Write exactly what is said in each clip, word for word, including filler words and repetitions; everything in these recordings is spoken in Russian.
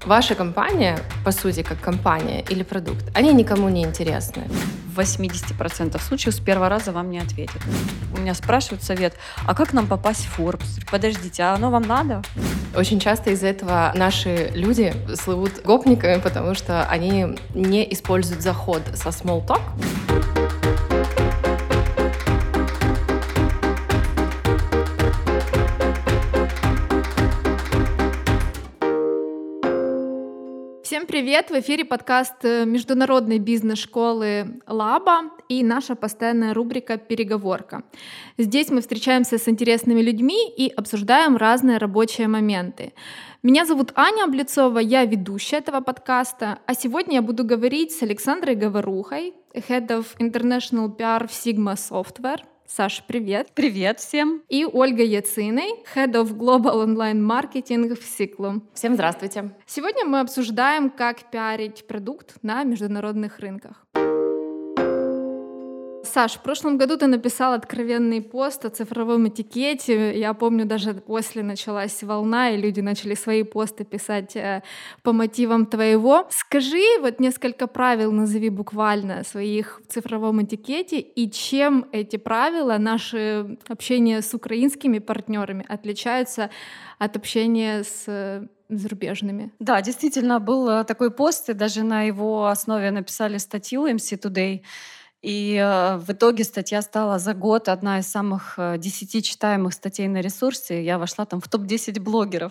Ваша компания, по сути, как компания или продукт, они никому не интересны. В восемьдесят процентов случаев с первого раза вам не ответят. У меня спрашивают совет, а как нам попасть в Forbes? Подождите, а оно вам надо? Очень часто из-за этого наши люди слывут гопниками, потому что они не используют заход со small talk. Всем привет! В эфире подкаст международной бизнес-школы Лаба и наша постоянная рубрика «Переговорка». Здесь мы встречаемся с интересными людьми и обсуждаем разные рабочие моменты. Меня зовут Аня Облицова, я ведущая этого подкаста, а сегодня я буду говорить с Александрой Говорухой, Head of International пи ар в Sigma Software. Саша, привет. Привет всем. И Ольга Яциной, Head of Global Online Marketing в Сиклу. Всем здравствуйте. Сегодня мы обсуждаем, как пиарить продукт на международных рынках. Саш, в прошлом году ты написал откровенный пост о цифровом этикете. Я помню, даже после началась волна, и люди начали свои посты писать по мотивам твоего. Скажи вот несколько правил, назови буквально, своих в цифровом этикете, и чем эти правила, наше общение с украинскими партнерами, отличаются от общения с зарубежными. Да, действительно, был такой пост, и даже на его основе написали статью эм си Today. И э, в итоге статья стала за год одна из самых э, десяти читаемых статей на ресурсе. Я вошла там в топ десять блогеров.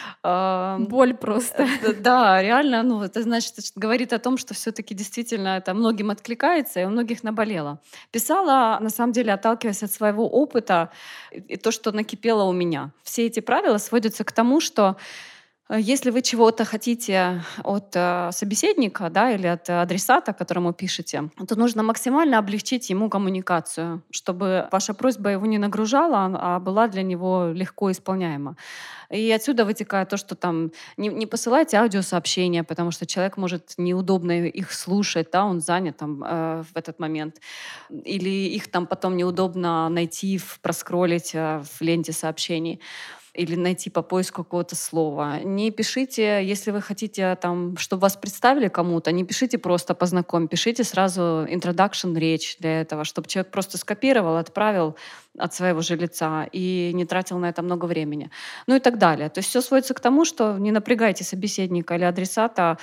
Э, Боль просто. Э, да, реально, ну, это значит, это говорит о том, что все-таки действительно это многим откликается и у многих наболело. Писала, на самом деле, отталкиваясь от своего опыта и то, что накипело у меня. Все эти правила сводятся к тому, что если вы чего-то хотите от э, собеседника, да, или от адресата, которому пишете, то нужно максимально облегчить ему коммуникацию, чтобы ваша просьба его не нагружала, а была для него легко исполняема. И отсюда вытекает то, что там не, не посылайте аудиосообщения, потому что человек может неудобно их слушать, да, он занят там э, в этот момент. Или их там потом неудобно найти, проскроллить э, в ленте сообщений. Или найти по поиску какого-то слова. Не пишите, если вы хотите, там, чтобы вас представили кому-то, не пишите просто «познакомь», пишите сразу introduction, речь для этого, чтобы человек просто скопировал, отправил от своего же лица и не тратил на это много времени. Ну и так далее. То есть все сводится к тому, что не напрягайте собеседника или адресата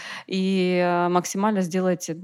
и максимально сделайте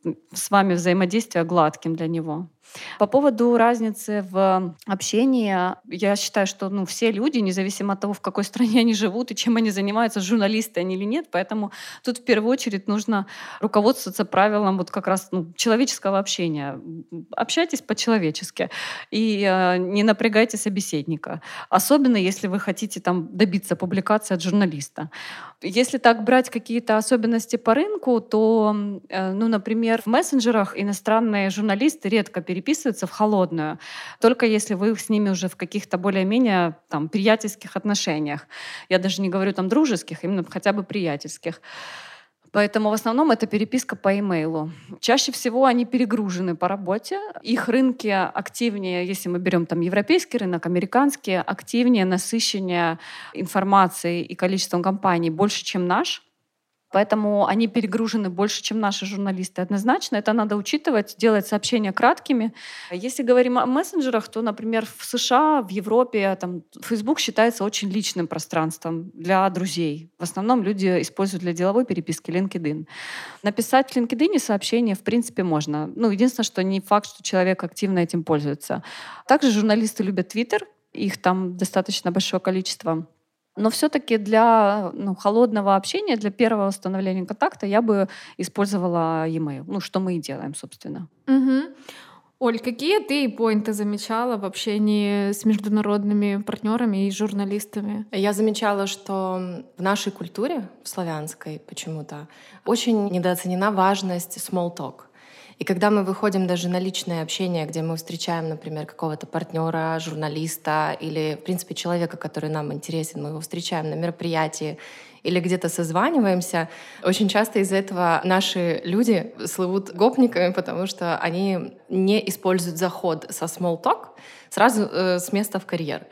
с вами взаимодействие гладким для него. По поводу разницы в общении, я считаю, что ну, все люди, независимо от того, в какой стране они живут и чем они занимаются, журналисты они или нет, поэтому тут в первую очередь нужно руководствоваться правилом вот как раз ну, человеческого общения. Общайтесь по-человечески и э, не напрягайте собеседника. Особенно, если вы хотите там, добиться публикации от журналиста. Если так брать какие-то особенности по рынку, то, э, ну, например, в мессенджерах иностранные журналисты редко переписываются переписываются в холодную, только если вы с ними уже в каких-то более-менее там, приятельских отношениях. Я даже не говорю там дружеских, именно хотя бы приятельских. Поэтому в основном это переписка по имейлу. Чаще всего они перегружены по работе. Их рынки активнее, если мы берем там европейский рынок, американский, активнее, насыщеннее информацией и количеством компаний больше, чем наш. Поэтому они перегружены больше, чем наши журналисты. Однозначно это надо учитывать, делать сообщения краткими. Если говорим о мессенджерах, то, например, в США, в Европе там, Facebook считается очень личным пространством для друзей. В основном люди используют для деловой переписки LinkedIn. Написать в LinkedIn сообщение, в принципе, можно. Ну, единственное, что не факт, что человек активно этим пользуется. Также журналисты любят Twitter. Их там достаточно большое количество. Но все-таки для ну, холодного общения, для первого установления контакта я бы использовала e-mail. Ну, что мы и делаем, собственно. Угу. Оль, какие ты поинты замечала в общении с международными партнерами и журналистами? Я замечала, что в нашей культуре, в славянской почему-то, очень недооценена важность small talk. И когда мы выходим даже на личное общение, где мы встречаем, например, какого-то партнера, журналиста или, в принципе, человека, который нам интересен, мы его встречаем на мероприятии или где-то созваниваемся, очень часто из-за этого наши люди слывут гопниками, потому что они не используют заход со small talk сразу э, с места в карьер.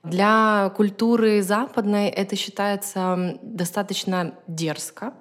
Для культуры западной это считается достаточно дерзко,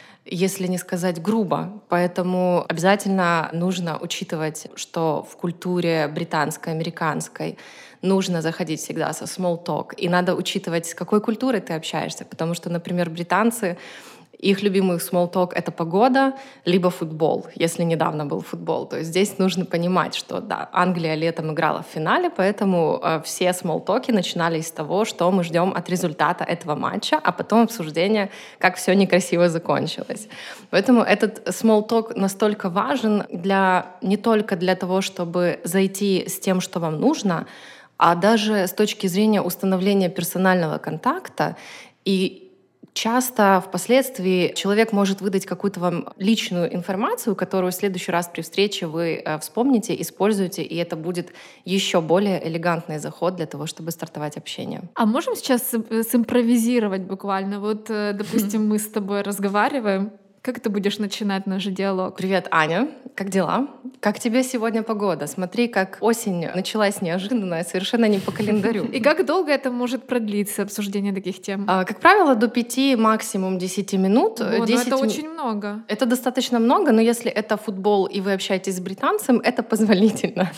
если не сказать грубо. Поэтому обязательно нужно учитывать, что в культуре британской, американской нужно заходить всегда со small talk. И надо учитывать, с какой культурой ты общаешься. Потому что, например, британцы, их любимый small talk — это погода, либо футбол, если недавно был футбол. То есть здесь нужно понимать, что да, Англия летом играла в финале, поэтому э, все small talk'и начинались с того, что мы ждем от результата этого матча, а потом обсуждение, как все некрасиво закончилось. Поэтому этот small talk настолько важен для, не только для того, чтобы зайти с тем, что вам нужно, а даже с точки зрения установления персонального контакта. И часто впоследствии человек может выдать какую-то вам личную информацию, которую в следующий раз при встрече вы э, вспомните, используете, и это будет еще более элегантный заход для того, чтобы стартовать общение. А можем сейчас сим- симпровизировать буквально? Вот, э, допустим, мы с тобой разговариваем. Как ты будешь начинать наш диалог? Привет, Аня. Как дела? Как тебе сегодня погода? Смотри, как осень началась неожиданно, совершенно не по календарю. И как долго это может продлиться, обсуждение таких тем? А, Как правило, до пяти, максимум десяти минут. О, ну десять это м- очень много. Это достаточно много, но если это футбол и вы общаетесь с британцем, это позволительно.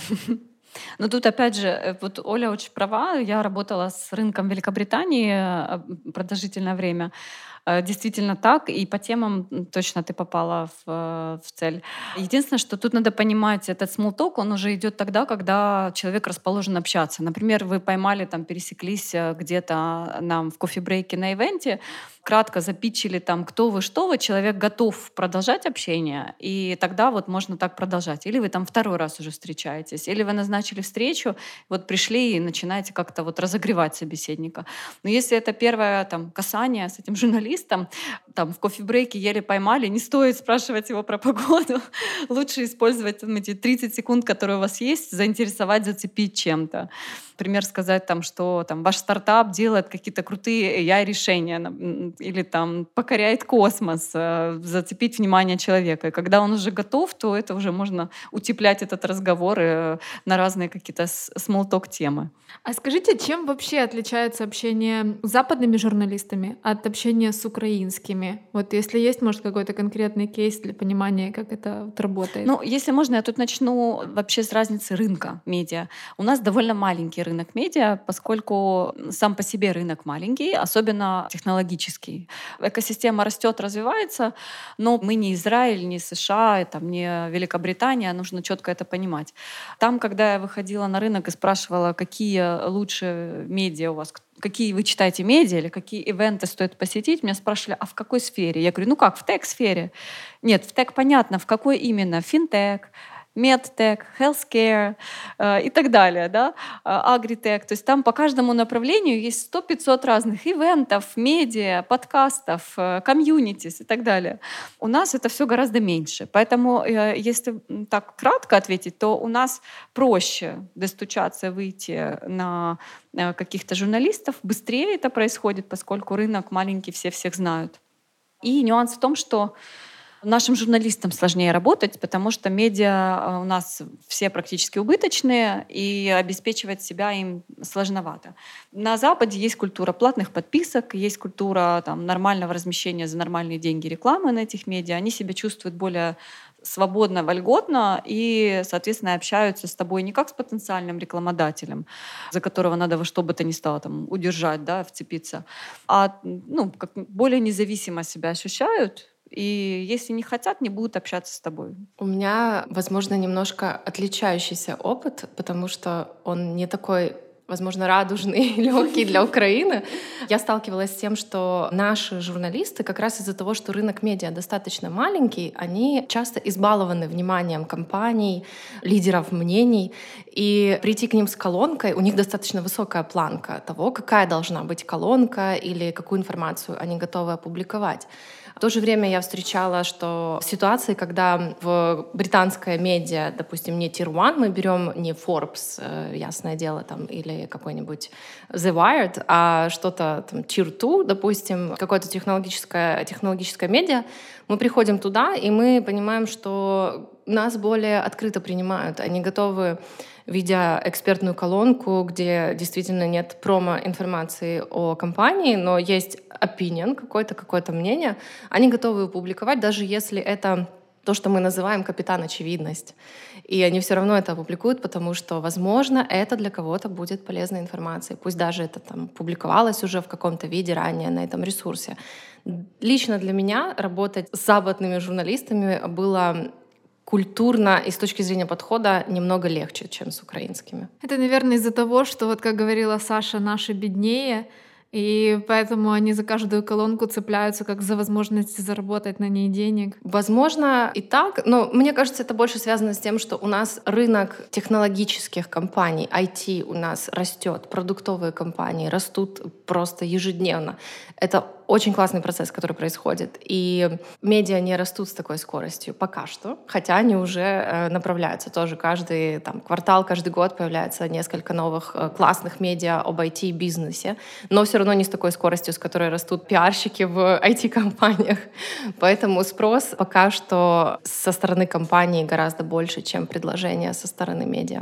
Но тут, опять же, э, вот Оля очень права. Я работала с рынком Великобритании э, продолжительное время. Э, Действительно так, и по темам м, точно ты попала в, э, в цель. Единственное, что тут надо понимать, этот small talk, он уже идет тогда, когда человек расположен общаться. Например, вы поймали, там, пересеклись э, где-то нам в кофе-брейке на ивенте, кратко запитчили там, кто вы, что вы, человек готов продолжать общение, и тогда вот можно так продолжать. Или вы там второй раз уже встречаетесь, или вы назначили встречу, вот пришли и начинаете как-то вот разогревать собеседника. Но если это первое там касание с этим журналистом, там в кофе-брейке еле поймали, не стоит спрашивать его про погоду. Лучше использовать там, эти тридцать секунд, которые у вас есть, заинтересовать, зацепить чем-то. Например, сказать, там, что там, ваш стартап делает какие-то крутые эй ай-решения или там, покоряет космос, э, зацепить внимание человека. И когда он уже готов, то это уже можно утеплять этот разговор э, на разные какие-то смолток темы. А скажите, чем вообще отличается общение с западными журналистами от общения с украинскими? Вот если есть, может, какой-то конкретный кейс для понимания, как это вот работает? Ну, если можно, я тут начну вообще с разницы рынка медиа. У нас довольно маленький рынок медиа, поскольку сам по себе рынок маленький, особенно технологический. Экосистема растет, развивается, но мы не Израиль, не США, там, не Великобритания, нужно четко это понимать. Там, когда я выходила на рынок и спрашивала, какие лучше медиа у вас, какие вы читаете медиа или какие ивенты стоит посетить, меня спрашивали, а в какой сфере? Я говорю, ну как, в тех-сфере? Нет, в тех понятно, в какой именно? Финтех, медтех, healthcare э, и так далее, да, агритех. То есть там по каждому направлению есть сто-пятьсот разных ивентов, медиа, подкастов, э, комьюнитис и так далее. У нас это все гораздо меньше. Поэтому, э, если так кратко ответить, то у нас проще достучаться, выйти на э, каких-то журналистов, быстрее это происходит, поскольку рынок маленький, все всех знают. И нюанс в том, что нашим журналистам сложнее работать, потому что медиа у нас все практически убыточные, и обеспечивать себя им сложновато. На Западе есть культура платных подписок, есть культура там, нормального размещения за нормальные деньги рекламы на этих медиа. Они себя чувствуют более свободно, вольготно и, соответственно, общаются с тобой не как с потенциальным рекламодателем, за которого надо во что бы то ни стало там, удержать, да, вцепиться, а ну, как более независимо себя ощущают. И если не хотят, не будут общаться с тобой. У меня, возможно, немножко отличающийся опыт, потому что он не такой, возможно, радужный и легкий для Украины. Я сталкивалась с тем, что наши журналисты, как раз из-за того, что рынок медиа достаточно маленький, они часто избалованы вниманием компаний, лидеров мнений. И прийти к ним с колонкой, у них достаточно высокая планка того, какая должна быть колонка или какую информацию они готовы опубликовать. В то же время я встречала, что ситуации, когда в британское медиа, допустим, не Tier один, мы берем не Forbes, ясное дело, там, или какой-нибудь The Wired, а что-то там Tier два, допустим, какое-то технологическое, технологическое медиа, мы приходим туда, и мы понимаем, что нас более открыто принимают. Они готовы, видя экспертную колонку, где действительно нет промо-информации о компании, но есть opinion, какое-то, какое-то мнение, они готовы опубликовать, даже если это то, что мы называем капитан очевидность. И они все равно это опубликуют, потому что, возможно, это для кого-то будет полезной информацией. Пусть даже это там публиковалось уже в каком-то виде ранее на этом ресурсе. Лично для меня работать с западными журналистами было культурно и с точки зрения подхода немного легче, чем с украинскими. Это, наверное, из-за того, что, вот как говорила Саша, наши беднее, и поэтому они за каждую колонку цепляются как за возможность заработать на ней денег. Возможно, и так, но мне кажется, это больше связано с тем, что у нас рынок технологических компаний, ай ти у нас растет, продуктовые компании растут просто ежедневно. Это очень классный процесс, который происходит. И медиа не растут с такой скоростью пока что, хотя они уже э, направляются. Тоже каждый там, квартал, каждый год появляется несколько новых э, классных медиа об ай ти-бизнесе, но все равно не с такой скоростью, с которой растут пиарщики в ай ти-компаниях. Поэтому спрос пока что со стороны компании гораздо больше, чем предложение со стороны медиа.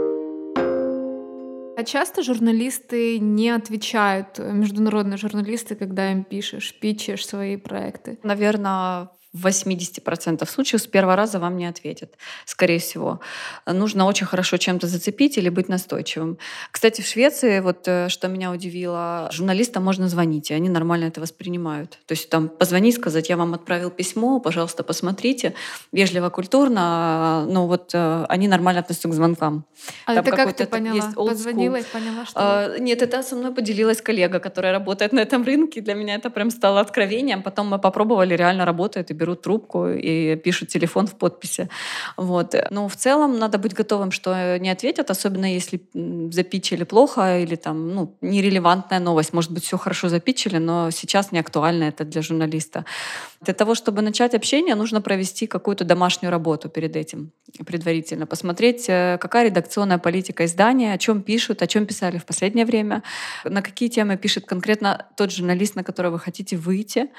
А часто журналисты не отвечают, международные журналисты, когда им пишешь, питчишь свои проекты? Наверное, в восемьдесят процентов случаев с первого раза вам не ответят, скорее всего. Нужно очень хорошо чем-то зацепить или быть настойчивым. Кстати, в Швеции, вот что меня удивило, журналистам можно звонить, и они нормально это воспринимают. То есть там позвонить, сказать, я вам отправил письмо, пожалуйста, посмотрите. Вежливо, культурно, но вот они нормально относятся к звонкам. А там это как ты поняла? Позвонила и поняла, что... А, нет, это со мной поделилась коллега, которая работает на этом рынке. Для меня это прям стало откровением. Потом мы попробовали, реально работает, и берут трубку и пишут телефон в подписи. Вот. Но в целом надо быть готовым, что не ответят, особенно если запитчили плохо или там, ну, нерелевантная новость. Может быть, все хорошо запитчили, но сейчас не актуально это для журналиста. Для того, чтобы начать общение, нужно провести какую-то домашнюю работу перед этим предварительно. Посмотреть, какая редакционная политика издания, о чем пишут, о чем писали в последнее время, на какие темы пишет конкретно тот журналист, на которого вы хотите выйти.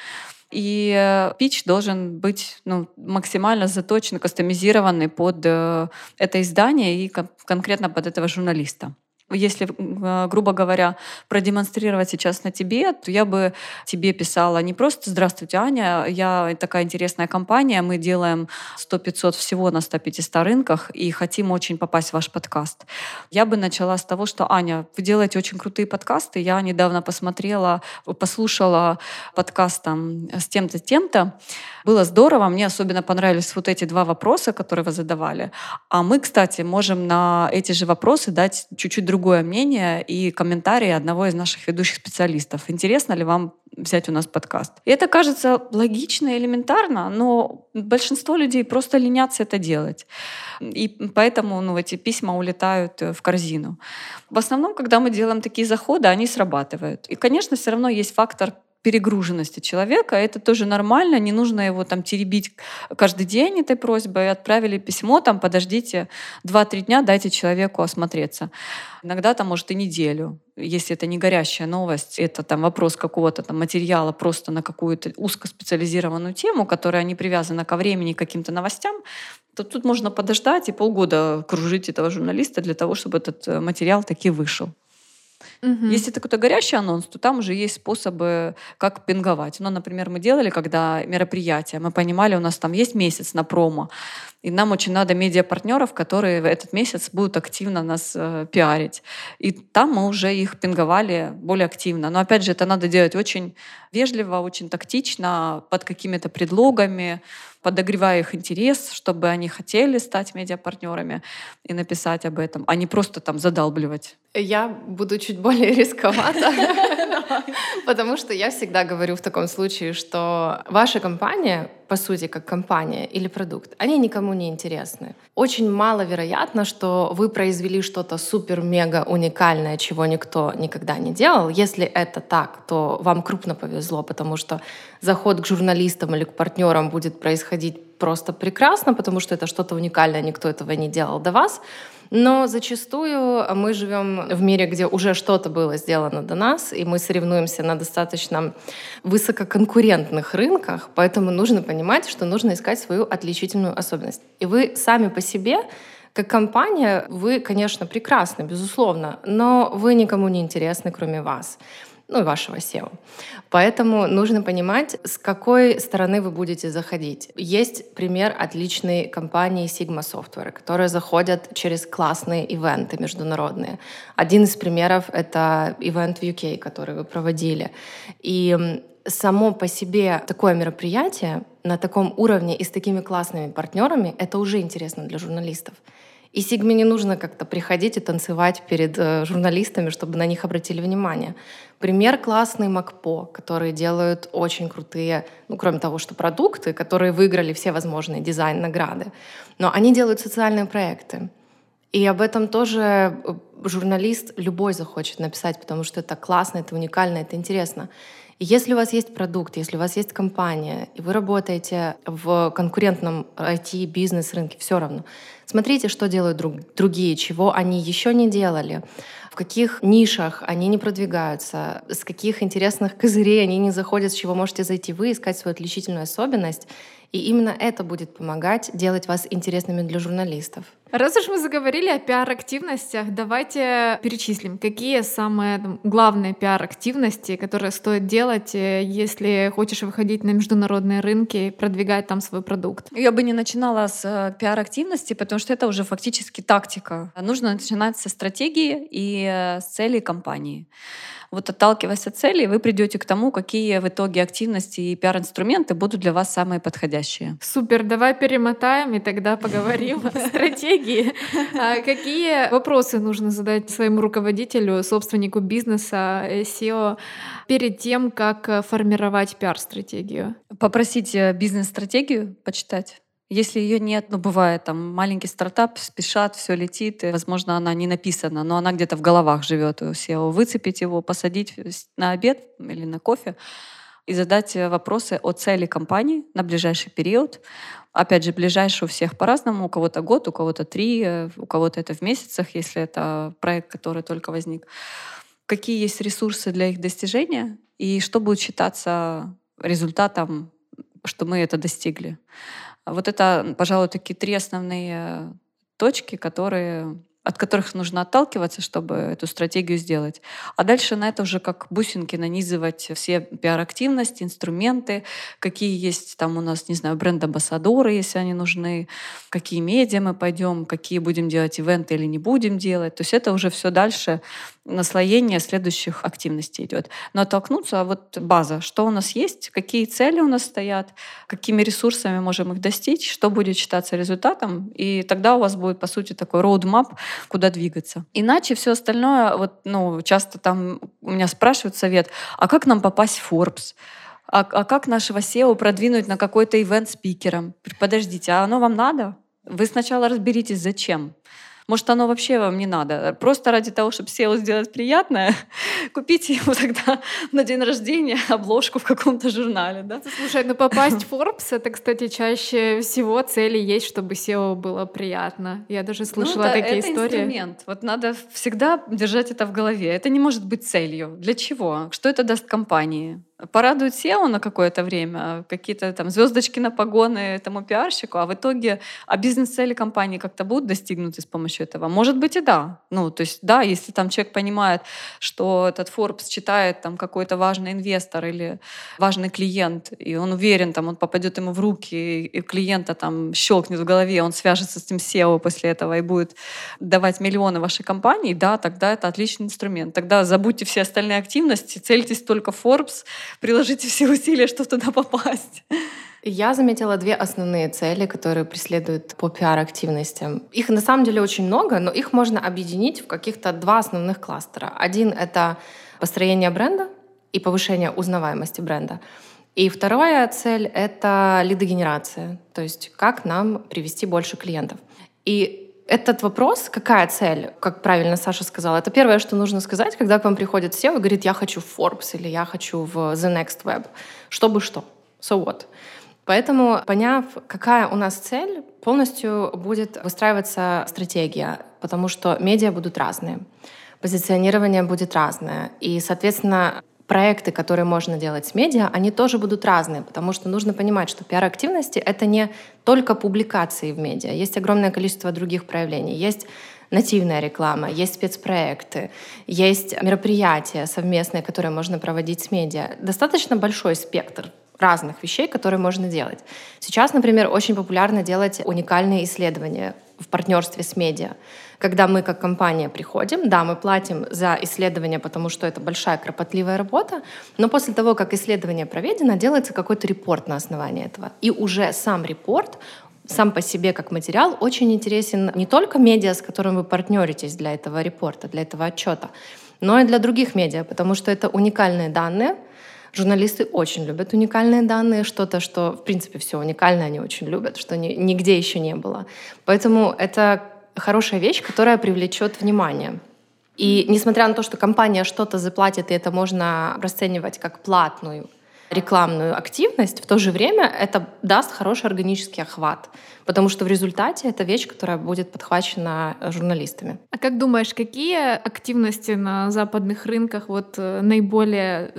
И питч должен быть ну, максимально заточен, кастомизированный под это издание и конкретно под этого журналиста. Если, грубо говоря, продемонстрировать сейчас на тебе, то я бы тебе писала не просто «Здравствуйте, Аня, я такая интересная компания, мы делаем сто-пятьсот всего на ста пятистах рынках и хотим очень попасть в ваш подкаст». Я бы начала с того, что «Аня, вы делаете очень крутые подкасты, я недавно посмотрела, послушала подкаст там с тем-то, тем-то, было здорово, мне особенно понравились вот эти два вопроса, которые вы задавали, а мы, кстати, можем на эти же вопросы дать чуть-чуть другую другое мнение и комментарии одного из наших ведущих специалистов. Интересно ли вам взять у нас подкаст? И это кажется логично и элементарно, но большинство людей просто ленятся это делать. И поэтому ну, эти письма улетают в корзину. В основном, когда мы делаем такие заходы, они срабатывают. И, конечно, все равно есть фактор перегруженности человека. Это тоже нормально, не нужно его там теребить каждый день этой просьбой. Отправили письмо, там подождите два-три дня, дайте человеку осмотреться. Иногда там может и неделю. Если это не горящая новость, это там вопрос какого-то там материала просто на какую-то узкоспециализированную тему, которая не привязана ко времени, к каким-то новостям, то тут можно подождать и полгода кружить этого журналиста для того, чтобы этот материал таки вышел. Угу. Если это какой-то горящий анонс, то там уже есть способы, как пинговать. Ну, например, мы делали, когда мероприятие, мы понимали, у нас там есть месяц на промо, и нам очень надо медиапартнеров, которые в этот месяц будут активно нас э, пиарить. И там мы уже их пинговали более активно. Но опять же, это надо делать очень вежливо, очень тактично, под какими-то предлогами, подогревая их интерес, чтобы они хотели стать медиапартнерами и написать об этом, а не просто там задалбливать. Я буду чуть более рисковата, потому что я всегда говорю в таком случае, что ваша компания, по сути, как компания или продукт, они никому не интересны. Очень маловероятно, что вы произвели что-то супер-мега уникальное, чего никто никогда не делал. Если это так, то вам крупно повезло, потому что заход к журналистам или к партнерам будет происходить просто прекрасно, потому что это что-то уникальное, никто этого не делал до вас. Но зачастую мы живем в мире, где уже что-то было сделано до нас, и мы соревнуемся на достаточно высококонкурентных рынках, поэтому нужно понимать, понимать, что нужно искать свою отличительную особенность. И вы сами по себе, как компания, вы, конечно, прекрасны, безусловно, но вы никому не интересны, кроме вас, ну и вашего сео. Поэтому нужно понимать, с какой стороны вы будете заходить. Есть пример отличной компании Sigma Software, которые заходят через классные ивенты международные. Один из примеров — это ивент в ю кей, который вы проводили. И само по себе такое мероприятие на таком уровне и с такими классными партнерами — это уже интересно для журналистов. И Сигме не нужно как-то приходить и танцевать перед э, журналистами, чтобы на них обратили внимание. Пример классный МакПо, которые делают очень крутые, ну, кроме того, что продукты, которые выиграли все возможные дизайн-награды, но они делают социальные проекты. И об этом тоже журналист любой захочет написать, потому что это классно, это уникально, это интересно. И если у вас есть продукт, если у вас есть компания, и вы работаете в конкурентном ай ти, бизнес-рынке, все равно, смотрите, что делают друг, другие, чего они еще не делали, в каких нишах они не продвигаются, с каких интересных козырей они не заходят, с чего можете зайти вы, искать свою отличительную особенность. И именно это будет помогать делать вас интересными для журналистов. Раз уж мы заговорили о пиар-активностях, давайте перечислим, какие самые там, главные пиар-активности, которые стоит делать, если хочешь выходить на международные рынки и продвигать там свой продукт. Я бы не начинала с пиар-активности, потому что это уже фактически тактика. Нужно начинать со стратегии и с целей компании. Вот отталкиваясь от целей, вы придете к тому, какие в итоге активности и пиар-инструменты будут для вас самые подходящие. Супер, давай перемотаем и тогда поговорим о стратегии. Какие вопросы нужно задать своему руководителю, собственнику бизнеса, сео, перед тем, как формировать пиар-стратегию? Попросить бизнес-стратегию почитать. Если ее нет, ну бывает, там маленький стартап, спешат, все летит, и, возможно, она не написана, но она где-то в головах живет у сео. Выцепить его, посадить на обед или на кофе и задать вопросы о цели компании на ближайший период. Опять же, ближайший у всех по-разному. У кого-то год, у кого-то три, у кого-то это в месяцах, если это проект, который только возник. Какие есть ресурсы для их достижения и что будет считаться результатом, что мы это достигли. Вот это, пожалуй, такие три основные точки, которые, от которых нужно отталкиваться, чтобы эту стратегию сделать. А дальше на это уже как бусинки нанизывать все пиар-активности, инструменты, какие есть там у нас, не знаю, бренд-амбассадоры, если они нужны, какие медиа мы пойдем, какие будем делать ивенты или не будем делать. То есть это уже все дальше наслоение следующих активностей идет. Но оттолкнуться, а вот база, что у нас есть, какие цели у нас стоят, какими ресурсами можем их достичь, что будет считаться результатом, и тогда у вас будет, по сути, такой роудмап, куда двигаться. Иначе все остальное, вот, ну, часто там у меня спрашивают совет, а как нам попасть в Forbes? А, а как нашего сео продвинуть на какой-то ивент спикером? Подождите, а оно вам надо? Вы сначала разберитесь, зачем. Может, оно вообще вам не надо. Просто ради того, чтобы сео сделать приятное, купите ему тогда на день рождения обложку в каком-то журнале. Да? Слушай, ну попасть в Forbes, это, кстати, чаще всего цели есть, чтобы сео было приятно. Я даже слышала ну, это, такие это истории. Это инструмент. Вот надо всегда держать это в голове. Это не может быть целью. Для чего? Что это даст компании? Порадует сео на какое-то время, какие-то там звездочки на погоны этому пиарщику, а в итоге а бизнес-цели компании как-то будут достигнуты с помощью этого? Может быть и да. Ну, то есть да, если там человек понимает, что этот Forbes читает там какой-то важный инвестор или важный клиент, и он уверен, там он попадет ему в руки, и клиента там щелкнет в голове, он свяжется с этим сео после этого и будет давать миллионы вашей компании, да, тогда это отличный инструмент. Тогда забудьте все остальные активности, цельтесь только в Forbes, приложите все усилия, чтобы туда попасть. Я заметила две основные цели, которые преследуют по пиар-активностям. Их на самом деле очень много, но их можно объединить в каких-то два основных кластера. Один — это построение бренда и повышение узнаваемости бренда. И вторая цель — это лидогенерация, то есть как нам привести больше клиентов. И этот вопрос, какая цель, как правильно Саша сказала, это первое, что нужно сказать, когда к вам приходит сео и говорит, я хочу в Forbes или я хочу в The Next Web. Чтобы что? So what? Поэтому, поняв, какая у нас цель, полностью будет выстраиваться стратегия, потому что медиа будут разные, позиционирование будет разное. И, соответственно, проекты, которые можно делать с медиа, они тоже будут разные, потому что нужно понимать, что пиар-активности — это не только публикации в медиа. Есть огромное количество других проявлений. Есть нативная реклама, есть спецпроекты, есть мероприятия совместные, которые можно проводить с медиа. Достаточно большой спектр разных вещей, которые можно делать. Сейчас, например, очень популярно делать уникальные исследования в партнерстве с медиа. Когда мы как компания приходим, да, мы платим за исследование, потому что это большая кропотливая работа, но после того, как исследование проведено, делается какой-то репорт на основании этого. И уже сам репорт сам по себе как материал очень интересен не только медиа, с которым вы партнеритесь для этого репорта, для этого отчета, но и для других медиа, потому что это уникальные данные. Журналисты очень любят уникальные данные, что-то, что, в принципе, все уникальное они очень любят, что ни, нигде еще не было. Поэтому это хорошая вещь, которая привлечет внимание. И несмотря на то, что компания что-то заплатит, и это можно расценивать как платную рекламную активность, в то же время это даст хороший органический охват, потому что в результате это вещь, которая будет подхвачена журналистами. А как думаешь, какие активности на западных рынках вот наиболее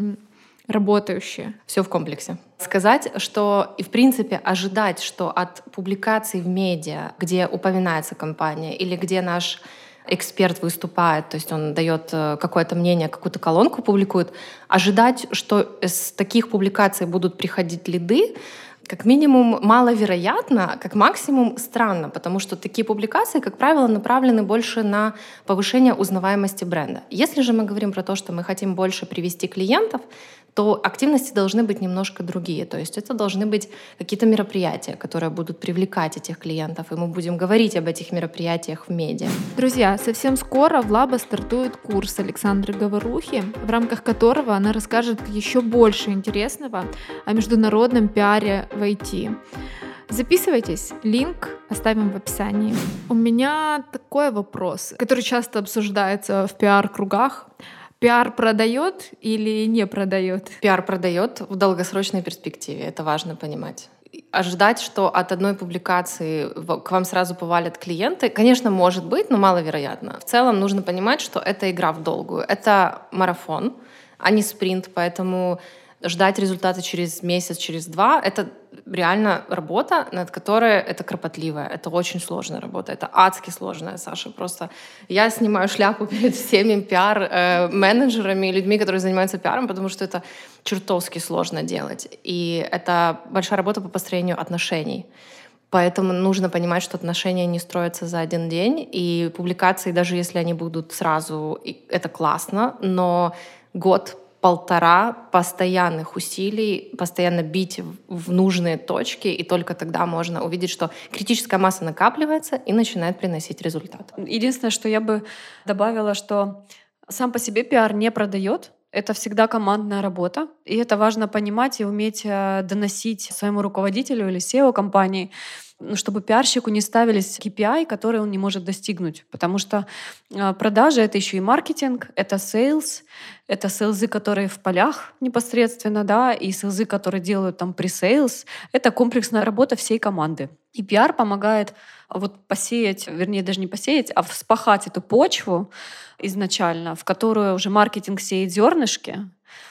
работающие? Все в комплексе. Сказать, что и в принципе ожидать, что от публикаций в медиа, где упоминается компания или где наш эксперт выступает, то есть он дает какое-то мнение, какую-то колонку публикует, ожидать, что из таких публикаций будут приходить лиды, как минимум маловероятно, как максимум странно, потому что такие публикации, как правило, направлены больше на повышение узнаваемости бренда. Если же мы говорим про то, что мы хотим больше привести клиентов, то активности должны быть немножко другие. То есть это должны быть какие-то мероприятия, которые будут привлекать этих клиентов, и мы будем говорить об этих мероприятиях в медиа. Друзья, совсем скоро в Лаба стартует курс Александры Говорухи, в рамках которого она расскажет еще больше интересного о международном пиаре в ай ти. Записывайтесь, линк оставим в описании. У меня такой вопрос, который часто обсуждается в пиар-кругах. Пиар продает или не продает? Пиар продает в долгосрочной перспективе, это важно понимать. Ожидать, что от одной публикации к вам сразу повалят клиенты, конечно, может быть, но маловероятно. В целом нужно понимать, что это игра в долгую. Это марафон, а не спринт, поэтому ждать результата через месяц, через два — это реально работа, над которой это кропотливая, это очень сложная работа, это адски сложная, Саша. Просто я снимаю шляпу перед всеми пиар-менеджерами и людьми, которые занимаются пиаром, потому что это чертовски сложно делать. И это большая работа по построению отношений. Поэтому нужно понимать, что отношения не строятся за один день, и публикации, даже если они будут сразу, это классно, но год полтора постоянных усилий, постоянно бить в нужные точки, и только тогда можно увидеть, что критическая масса накапливается и начинает приносить результат. Единственное, что я бы добавила, что сам по себе пиар не продает. Это всегда командная работа, и это важно понимать и уметь доносить своему руководителю или си и о компании, чтобы пиарщику не ставились кей пи ай, которые он не может достигнуть. Потому что продажи — это еще и маркетинг, это сейлс, это сейлзы, которые в полях непосредственно, да, и сейлзы, которые делают там пресейлс. Это комплексная работа всей команды. И пиар помогает вот посеять, вернее, даже не посеять, а вспахать эту почву изначально, в которую уже маркетинг сеет зернышки,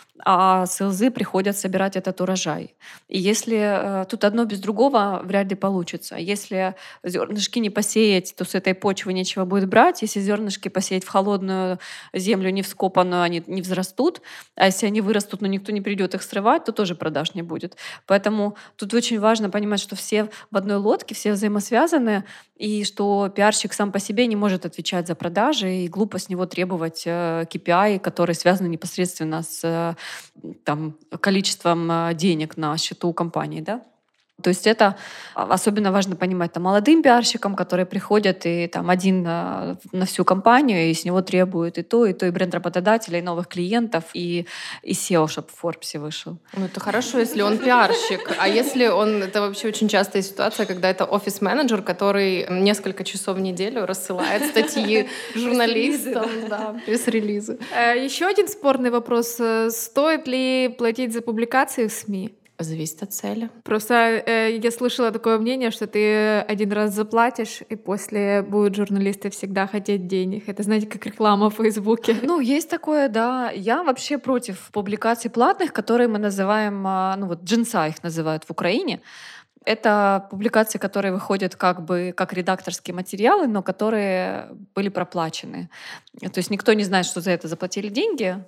а сейлзы приходят собирать этот урожай. И если э, тут одно без другого вряд ли получится. Если зернышки не посеять, то с этой почвы нечего будет брать. Если зернышки посеять в холодную землю, не вскопанную, они не взрастут. А если они вырастут, но никто не придет их срывать, то тоже продаж не будет. Поэтому тут очень важно понимать, что все в одной лодке, все взаимосвязаны, и что пиарщик сам по себе не может отвечать за продажи, и глупо с него требовать э, кей пи ай, которые связаны непосредственно с э, там, количеством денег на счету компании, да? То есть это особенно важно понимать там, молодым пиарщикам, которые приходят и там один на, на всю компанию, и с него требуют и то, и то, и бренд-работодателя, и новых клиентов, и, и си и о, чтобы в Форбсе вышел. Ну это хорошо, если он пиарщик. А если он... Это вообще очень частая ситуация, когда это офис-менеджер, который несколько часов в неделю рассылает статьи журналистам, пресс-релизы. Еще один спорный вопрос. Стоит ли платить за публикации в СМИ? Зависит от цели. Просто э, я слышала такое мнение, что ты один раз заплатишь, и после будут журналисты всегда хотеть денег. Это, знаете, как реклама в Фейсбуке. Ну, есть такое, да. Я вообще против публикаций платных, которые мы называем, а, ну вот джинса их называют в Украине. Это публикации, которые выходят как бы как редакторские материалы, но которые были проплачены. То есть никто не знает, что за это заплатили деньги,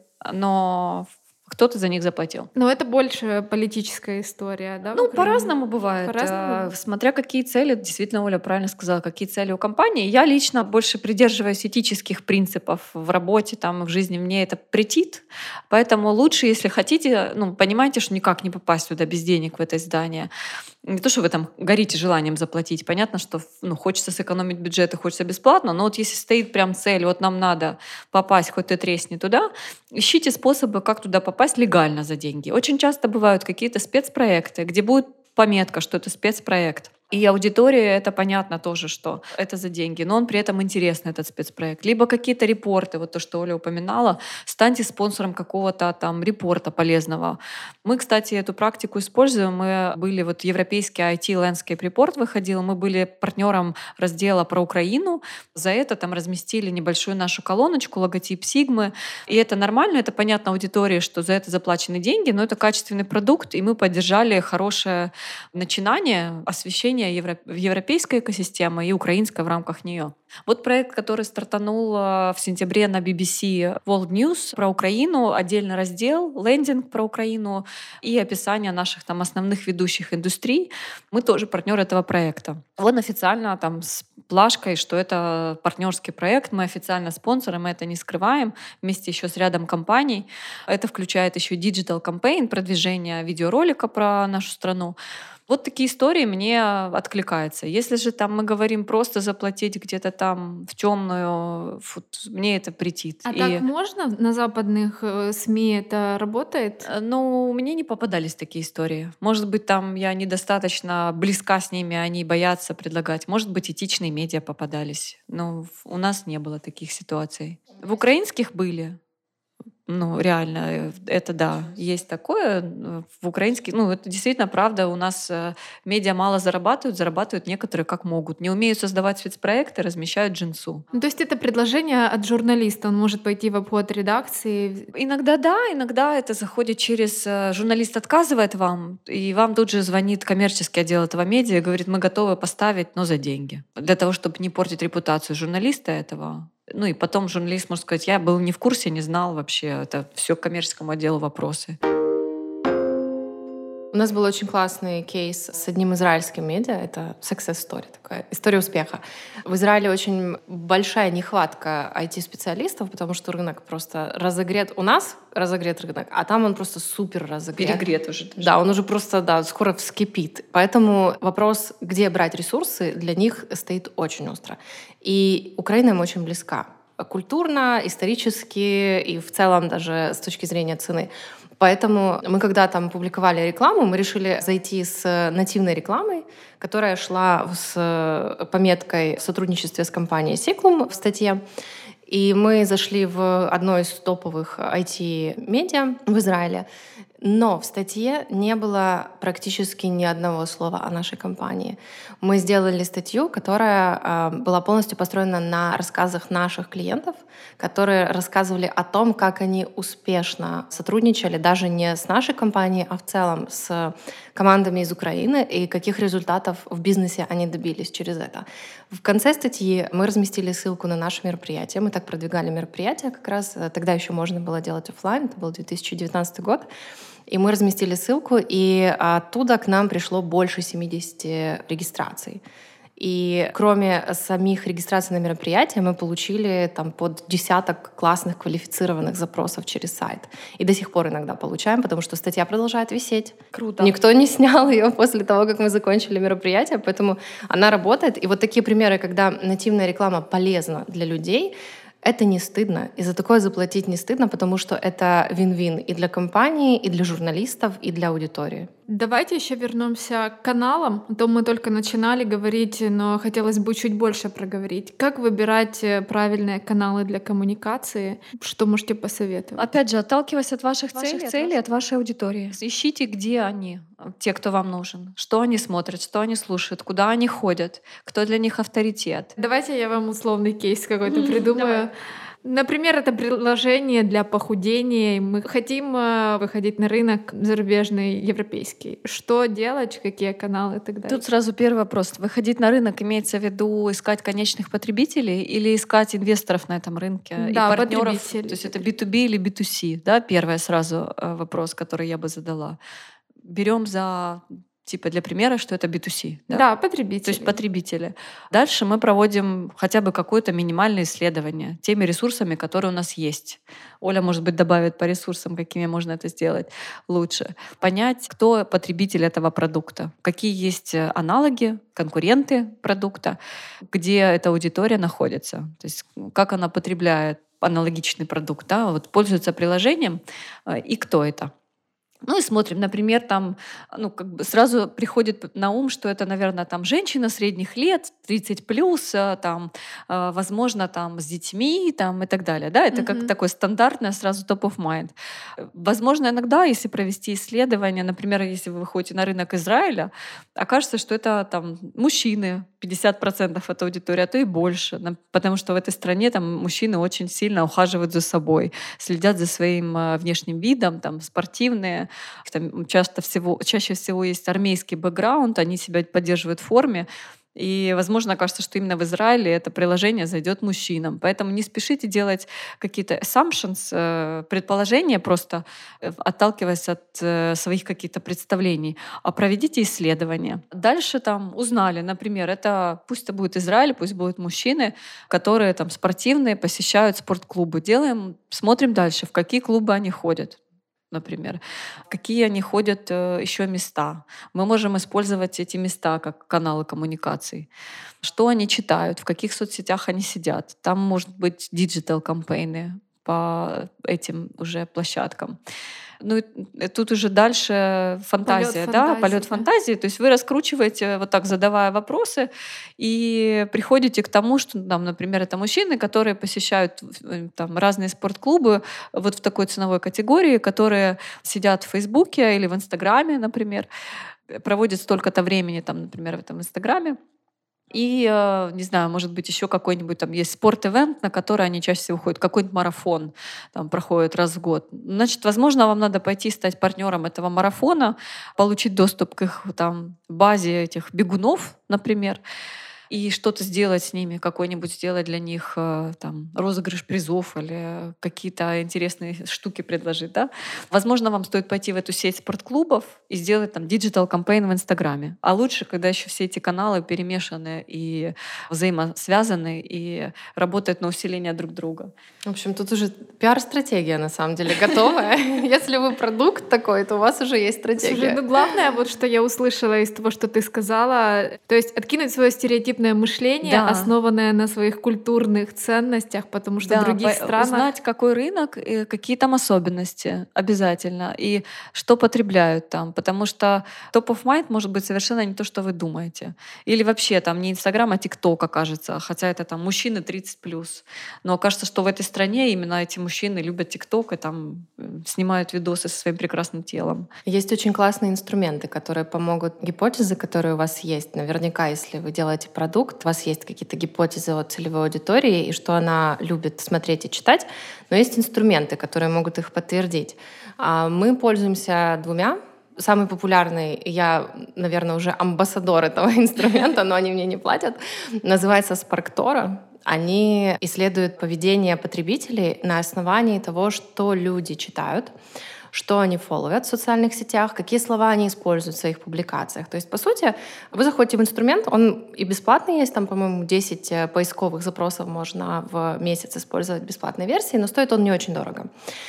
но кто-то за них заплатил. Но это больше политическая история, да? в Ну, Украине? по-разному бывает. По-разному? Э, Смотря какие цели, действительно, Оля правильно сказала, какие цели у компании. Я лично больше придерживаюсь этических принципов в работе, там, в жизни. Мне это претит. Поэтому лучше, если хотите, ну, понимаете, что никак не попасть туда без денег в это издание. Не то, что вы там горите желанием заплатить. Понятно, что ну, хочется сэкономить бюджет и хочется бесплатно, но вот если стоит прям цель, вот нам надо попасть, хоть ты тресни туда, ищите способы, как туда попасть легально за деньги. Очень часто бывают какие-то спецпроекты, где будет пометка, что это спецпроект. И аудитории это понятно тоже, что это за деньги, но он при этом интересный, этот спецпроект. Либо какие-то репорты, вот то, что Оля упоминала, станьте спонсором какого-то там репорта полезного. Мы, кстати, эту практику используем. Мы были, вот европейский ай ти Landscape Report выходил, мы были партнером раздела про Украину. За это там разместили небольшую нашу колоночку, логотип Сигмы. И это нормально, это понятно аудитории, что за это заплачены деньги, но это качественный продукт, и мы поддержали хорошее начинание, освещение в европейской экосистеме и украинской в рамках нее. Вот проект, который стартанул в сентябре на би би си World News про Украину, отдельный раздел, лендинг про Украину и описание наших там основных ведущих индустрий. Мы тоже партнер этого проекта. Он официально там с плашкой, что это партнерский проект, мы официально спонсоры, мы это не скрываем, вместе еще с рядом компаний. Это включает еще digital campaign, продвижение видеоролика про нашу страну. Вот такие истории мне откликаются. Если же там мы говорим просто заплатить где-то там в темную, мне это претит. А И, так можно на западных э, СМИ это работает? ну, мне не попадались такие истории. Может быть, там я недостаточно близка с ними, они боятся предлагать. Может быть, этичные медиа попадались. Но у нас не было таких ситуаций. В украинских были. Ну, реально, это да, есть такое. В украинский, ну, это действительно правда. У нас э, медиа мало зарабатывают, зарабатывают некоторые как могут. Не умеют создавать спецпроекты, размещают джинсу. Ну, то есть это предложение от журналиста, он может пойти в обход редакции. Иногда да, иногда это заходит через... э, Журналист отказывает вам, и вам тут же звонит коммерческий отдел этого медиа и говорит, мы готовы поставить, но за деньги. Для того, чтобы не портить репутацию журналиста этого. Ну и потом журналист может сказать, я был не в курсе, не знал вообще. Это все к коммерческому отделу вопросы. У нас был очень классный кейс с одним израильским медиа. Это success story, такая история успеха. В Израиле очень большая нехватка ай ти-специалистов, потому что рынок просто разогрет. У нас разогрет рынок, а там он просто супер разогрет. Перегрет уже. Даже. Да, он уже просто да, скоро вскипит. Поэтому вопрос, где брать ресурсы, для них стоит очень остро. И Украина им очень близка. Культурно, исторически и в целом даже с точки зрения цены. Поэтому мы, когда там публиковали рекламу, мы решили зайти с нативной рекламой, которая шла с пометкой в сотрудничестве с компанией Sequum в статье. И мы зашли в одно из топовых ай ти-медиа в Израиле. Но в статье не было практически ни одного слова о нашей компании. Мы сделали статью, которая э, была полностью построена на рассказах наших клиентов, которые рассказывали о том, как они успешно сотрудничали даже не с нашей компанией, а в целом с командами из Украины и каких результатов в бизнесе они добились через это. В конце статьи мы разместили ссылку на наше мероприятие. Мы так продвигали мероприятие как раз. Тогда еще можно было делать офлайн. Это был две тысячи девятнадцатый год. И мы разместили ссылку, и оттуда к нам пришло больше семидесяти регистраций. И кроме самих регистраций на мероприятие, мы получили там под десяток классных квалифицированных запросов через сайт. И до сих пор иногда получаем, потому что статья продолжает висеть. Круто. Никто не снял ее после того, как мы закончили мероприятие, поэтому она работает. И вот такие примеры, когда нативная реклама полезна для людей, это не стыдно. И за такое заплатить не стыдно, потому что это вин-вин и для компании, и для журналистов, и для аудитории. Давайте еще вернемся к каналам. А то мы только начинали говорить, но хотелось бы чуть больше проговорить. Как выбирать э, правильные каналы для коммуникации? Что можете посоветовать? Опять же, отталкиваясь от ваших, Ваших целей, целей, целей, от вашей аудитории. Ищите, где они, те, кто вам нужен, что они смотрят, что они слушают, куда они ходят, кто для них авторитет. Давайте я вам условный кейс какой-то М, придумаю. давай. Например, это приложение для похудения. и Мы хотим э, выходить на рынок зарубежный, европейский. Что делать, какие каналы и так далее? Тут сразу первый вопрос. Выходить на рынок имеется в виду искать конечных потребителей или искать инвесторов на этом рынке и Да, партнеров? потребителей. То есть это би ту би или би ту си? Да, первый сразу э, вопрос, который я бы задала. Берем за типа для примера, что это би ту си. Да? Да, потребители. То есть потребители. Дальше мы проводим хотя бы какое-то минимальное исследование теми ресурсами, которые у нас есть. Оля, может быть, добавит по ресурсам, какими можно это сделать лучше. Понять, кто потребитель этого продукта, какие есть аналоги, конкуренты продукта, где эта аудитория находится, то есть как она потребляет аналогичный продукт, да, вот пользуется приложением, э, и кто это. Ну и смотрим, например, там, ну, как бы сразу приходит на ум, что это, наверное, там женщина средних лет, тридцать плюс, а, там, а, возможно, там с детьми, там и так далее. Да, это как Мгм. такое стандартное сразу top of mind. Э, Возможно, иногда, если провести исследование, например, если вы выходите на рынок Израиля, окажется, что это там мужчины, пятьдесят процентов от аудитории, а то и больше, на- потому что в этой стране там мужчины очень сильно ухаживают за собой, следят за своим а, внешним видом, там спортивные, там часто всего, чаще всего есть армейский бэкграунд, они себя поддерживают в форме. И, возможно, кажется, что именно в Израиле это приложение зайдет мужчинам. Поэтому не спешите делать какие-то assumptions, э, предположения, просто э, отталкиваясь от э, своих каких-то представлений. А проведите исследования. Дальше там узнали, например, это пусть это будет Израиль, пусть будут мужчины, которые там спортивные, посещают спортклубы. Делаем, смотрим дальше, в какие клубы они ходят, например, в какие они ходят э, еще места. Мы можем использовать эти места как каналы коммуникаций. Что они читают, в каких соцсетях они сидят. Там может быть диджитал-кампейны по этим уже площадкам. Ну и э, тут уже дальше фантазия, Полет да, фантазии, полет да. фантазии. То есть вы раскручиваете, вот так задавая вопросы, и приходите к тому, что, там, например, это мужчины, которые посещают э, там, разные спортклубы вот в такой ценовой категории, которые сидят в Фейсбуке или в Инстаграме, например, э, проводят столько-то времени, там, например, в этом Инстаграме. И, э, не знаю, может быть, еще какой-нибудь там есть спорт-эвент, на который они чаще всего ходят, какой-нибудь марафон там проходит раз в год. Значит, возможно, вам надо пойти стать партнером этого марафона, получить доступ к их там базе этих бегунов, например, и что-то сделать с ними, какой-нибудь сделать для них э, там розыгрыш призов или какие-то интересные штуки предложить, да. Возможно, вам стоит пойти в эту сеть спортклубов и сделать там диджитал кампейн в Инстаграме. А лучше, когда еще все эти каналы перемешаны и взаимосвязаны и работают на усиление друг друга. В общем, тут уже пиар-стратегия на самом деле готовая. Если вы продукт такой, то у вас уже есть Слушай, стратегия. ну главное, вот что я услышала из того, что ты сказала, то есть откинуть свое стереотипное мышление, Да. основанное на своих культурных ценностях, потому что Да, в других по- странах... узнать, какой рынок, и какие там особенности обязательно, и что потребляют там, потому что top of mind может быть совершенно не то, что вы думаете. Или вообще там не Инстаграм, а ТикТок окажется, хотя это там мужчины тридцать плюс. Но окажется, что в этой стране именно эти мужчины любят ТикТок и там э, снимают видосы со своим прекрасным телом. Есть очень классные инструменты, которые помогут гипотезы, которые у вас есть. Наверняка, если вы делаете продукт, у вас есть какие-то гипотезы о целевой аудитории и что она любит смотреть и читать, но есть инструменты, которые могут их подтвердить. А Мы пользуемся двумя. Самый популярный, я, наверное, уже амбассадор этого инструмента, но они мне не платят, называется SparkToro. Они исследуют поведение потребителей на основании того, что люди читают, что они фолловят в социальных сетях, какие слова они используют в своих публикациях. То есть, по сути, вы заходите в инструмент, он и бесплатный есть, там, по-моему, десять э, поисковых запросов можно в месяц использовать в бесплатной версии, но стоит он не очень дорого.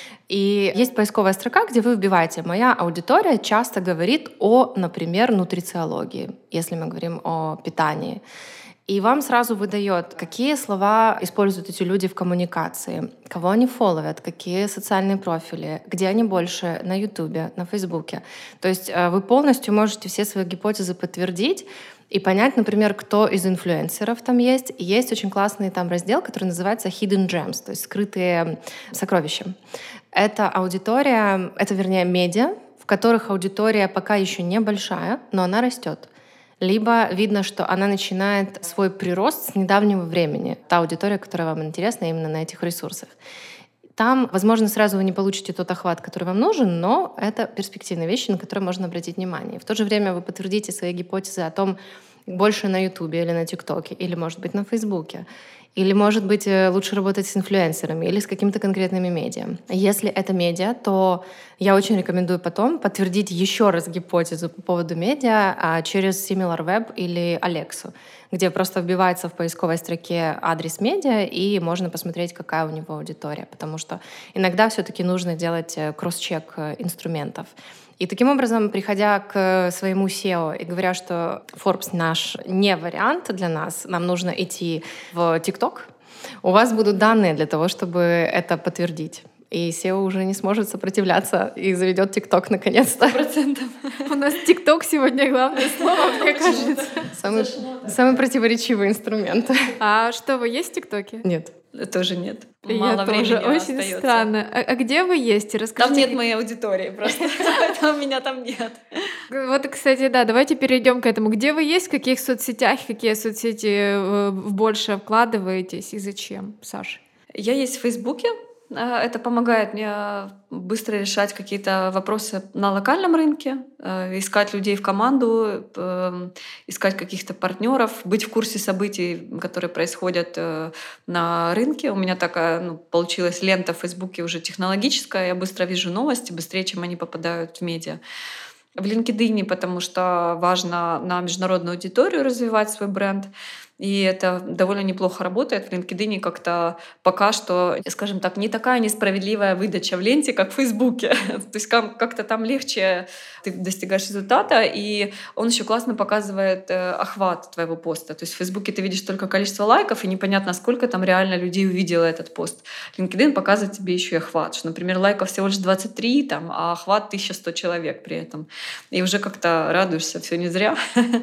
И есть поисковая строка, где вы вбиваете «Моя аудитория часто говорит о, например, нутрициологии», если мы говорим о питании. И вам сразу выдает, какие слова используют эти люди в коммуникации, кого они фолловят, какие социальные профили, где они больше на Ютубе, на Фейсбуке. То есть вы полностью можете все свои гипотезы подтвердить и понять, например, кто из инфлюенсеров там есть. И есть очень классный там раздел, который называется Hidden Gems, то есть скрытые сокровища. Это аудитория, это, вернее, медиа, в которых аудитория пока еще небольшая, но она растет. Либо видно, что она начинает свой прирост с недавнего времени. Та аудитория, которая вам интересна именно на этих ресурсах. Там, возможно, сразу вы не получите тот охват, который вам нужен, но это перспективные вещи, на которые можно обратить внимание. В то же время вы подтвердите свои гипотезы о том, больше на Ютубе или на ТикТоке, или, может быть, на Фейсбуке. Или, может быть, лучше работать с инфлюенсерами или с какими-то конкретными медиа. Если это медиа, то я очень рекомендую потом подтвердить еще раз гипотезу по поводу медиа через SimilarWeb или Alexa, где просто вбивается в поисковой строке адрес медиа, и можно посмотреть, какая у него аудитория. Потому что иногда все-таки нужно делать кросс-чек инструментов. И таким образом, приходя к своему сео и говоря, что Forbes наш не вариант для нас, нам нужно идти в TikTok, у вас будут данные для того, чтобы это подтвердить. И сео уже не сможет сопротивляться и заведет TikTok наконец-то. Сто процентов. У нас TikTok сегодня главное слово, мне кажется. Самый, самый противоречивый инструмент. А что, вы есть в ТикТоке? Нет. Тоже нет. Я Мало тоже. времени Очень остается. странно. А, а где вы есть? Расскажите. Там нет моей аудитории просто. Там меня там нет. Вот, кстати, да, давайте перейдем к этому. Где вы есть, в каких соцсетях, какие соцсети больше вкладываетесь и зачем, Саша? Я есть в Фейсбуке. Это помогает мне быстро решать какие-то вопросы на локальном рынке, искать людей в команду, искать каких-то партнеров, быть в курсе событий, которые происходят на рынке. У меня такая, ну, получилась лента в Фейсбуке уже технологическая. Я быстро вижу новости, быстрее, чем они попадают в медиа. В LinkedIn, потому что важно на международную аудиторию развивать свой бренд. И это довольно неплохо работает. В LinkedIn как-то пока что, скажем так, не такая несправедливая выдача в ленте, как в Фейсбуке. То есть как-то там легче ты достигаешь результата, и он еще классно показывает охват твоего поста. То есть в Фейсбуке ты видишь только количество лайков, и непонятно, сколько там реально людей увидело этот пост. LinkedIn показывает тебе еще и охват, что, например, лайков всего лишь двадцать три, там, а охват тысяча сто человек при этом. И уже как-то радуешься, все не зря.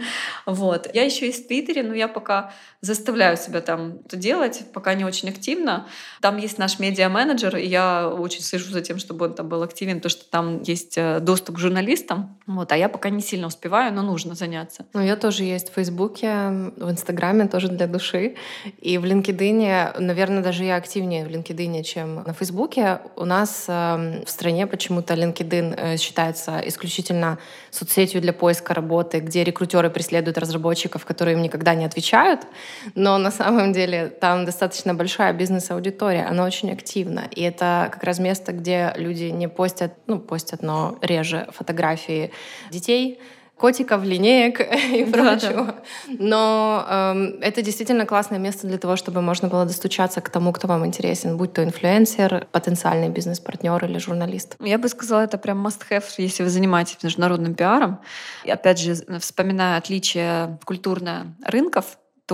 Вот. Я еще есть в Твиттере, но я пока заставляю себя там это делать, пока не очень активно. Там есть наш медиа-менеджер, и я очень слежу за тем, чтобы он там был активен, потому что там есть доступ к журналистам. Вот, а я пока не сильно успеваю, но нужно заняться. Ну, я тоже есть в Фейсбуке, в Инстаграме тоже для души. И в LinkedIn, наверное, даже я активнее в LinkedIn, чем на Фейсбуке. У нас э, в стране почему-то LinkedIn э, считается исключительно соцсетью для поиска работы, где рекрутеры преследуют разработчиков, которые им никогда не отвечают. Но на самом деле там достаточно большая бизнес-аудитория, она очень активна. И это как раз место, где люди не постят, ну, постят, но реже фотографии детей, котиков, линеек и прочего. Да, да. Но э, это действительно классное место для того, чтобы можно было достучаться к тому, кто вам интересен, будь то инфлюенсер, потенциальный бизнес-партнер или журналист. Я бы сказала, это прям must-have, если вы занимаетесь международным пиаром. И опять же, вспоминая отличие культурное рынков,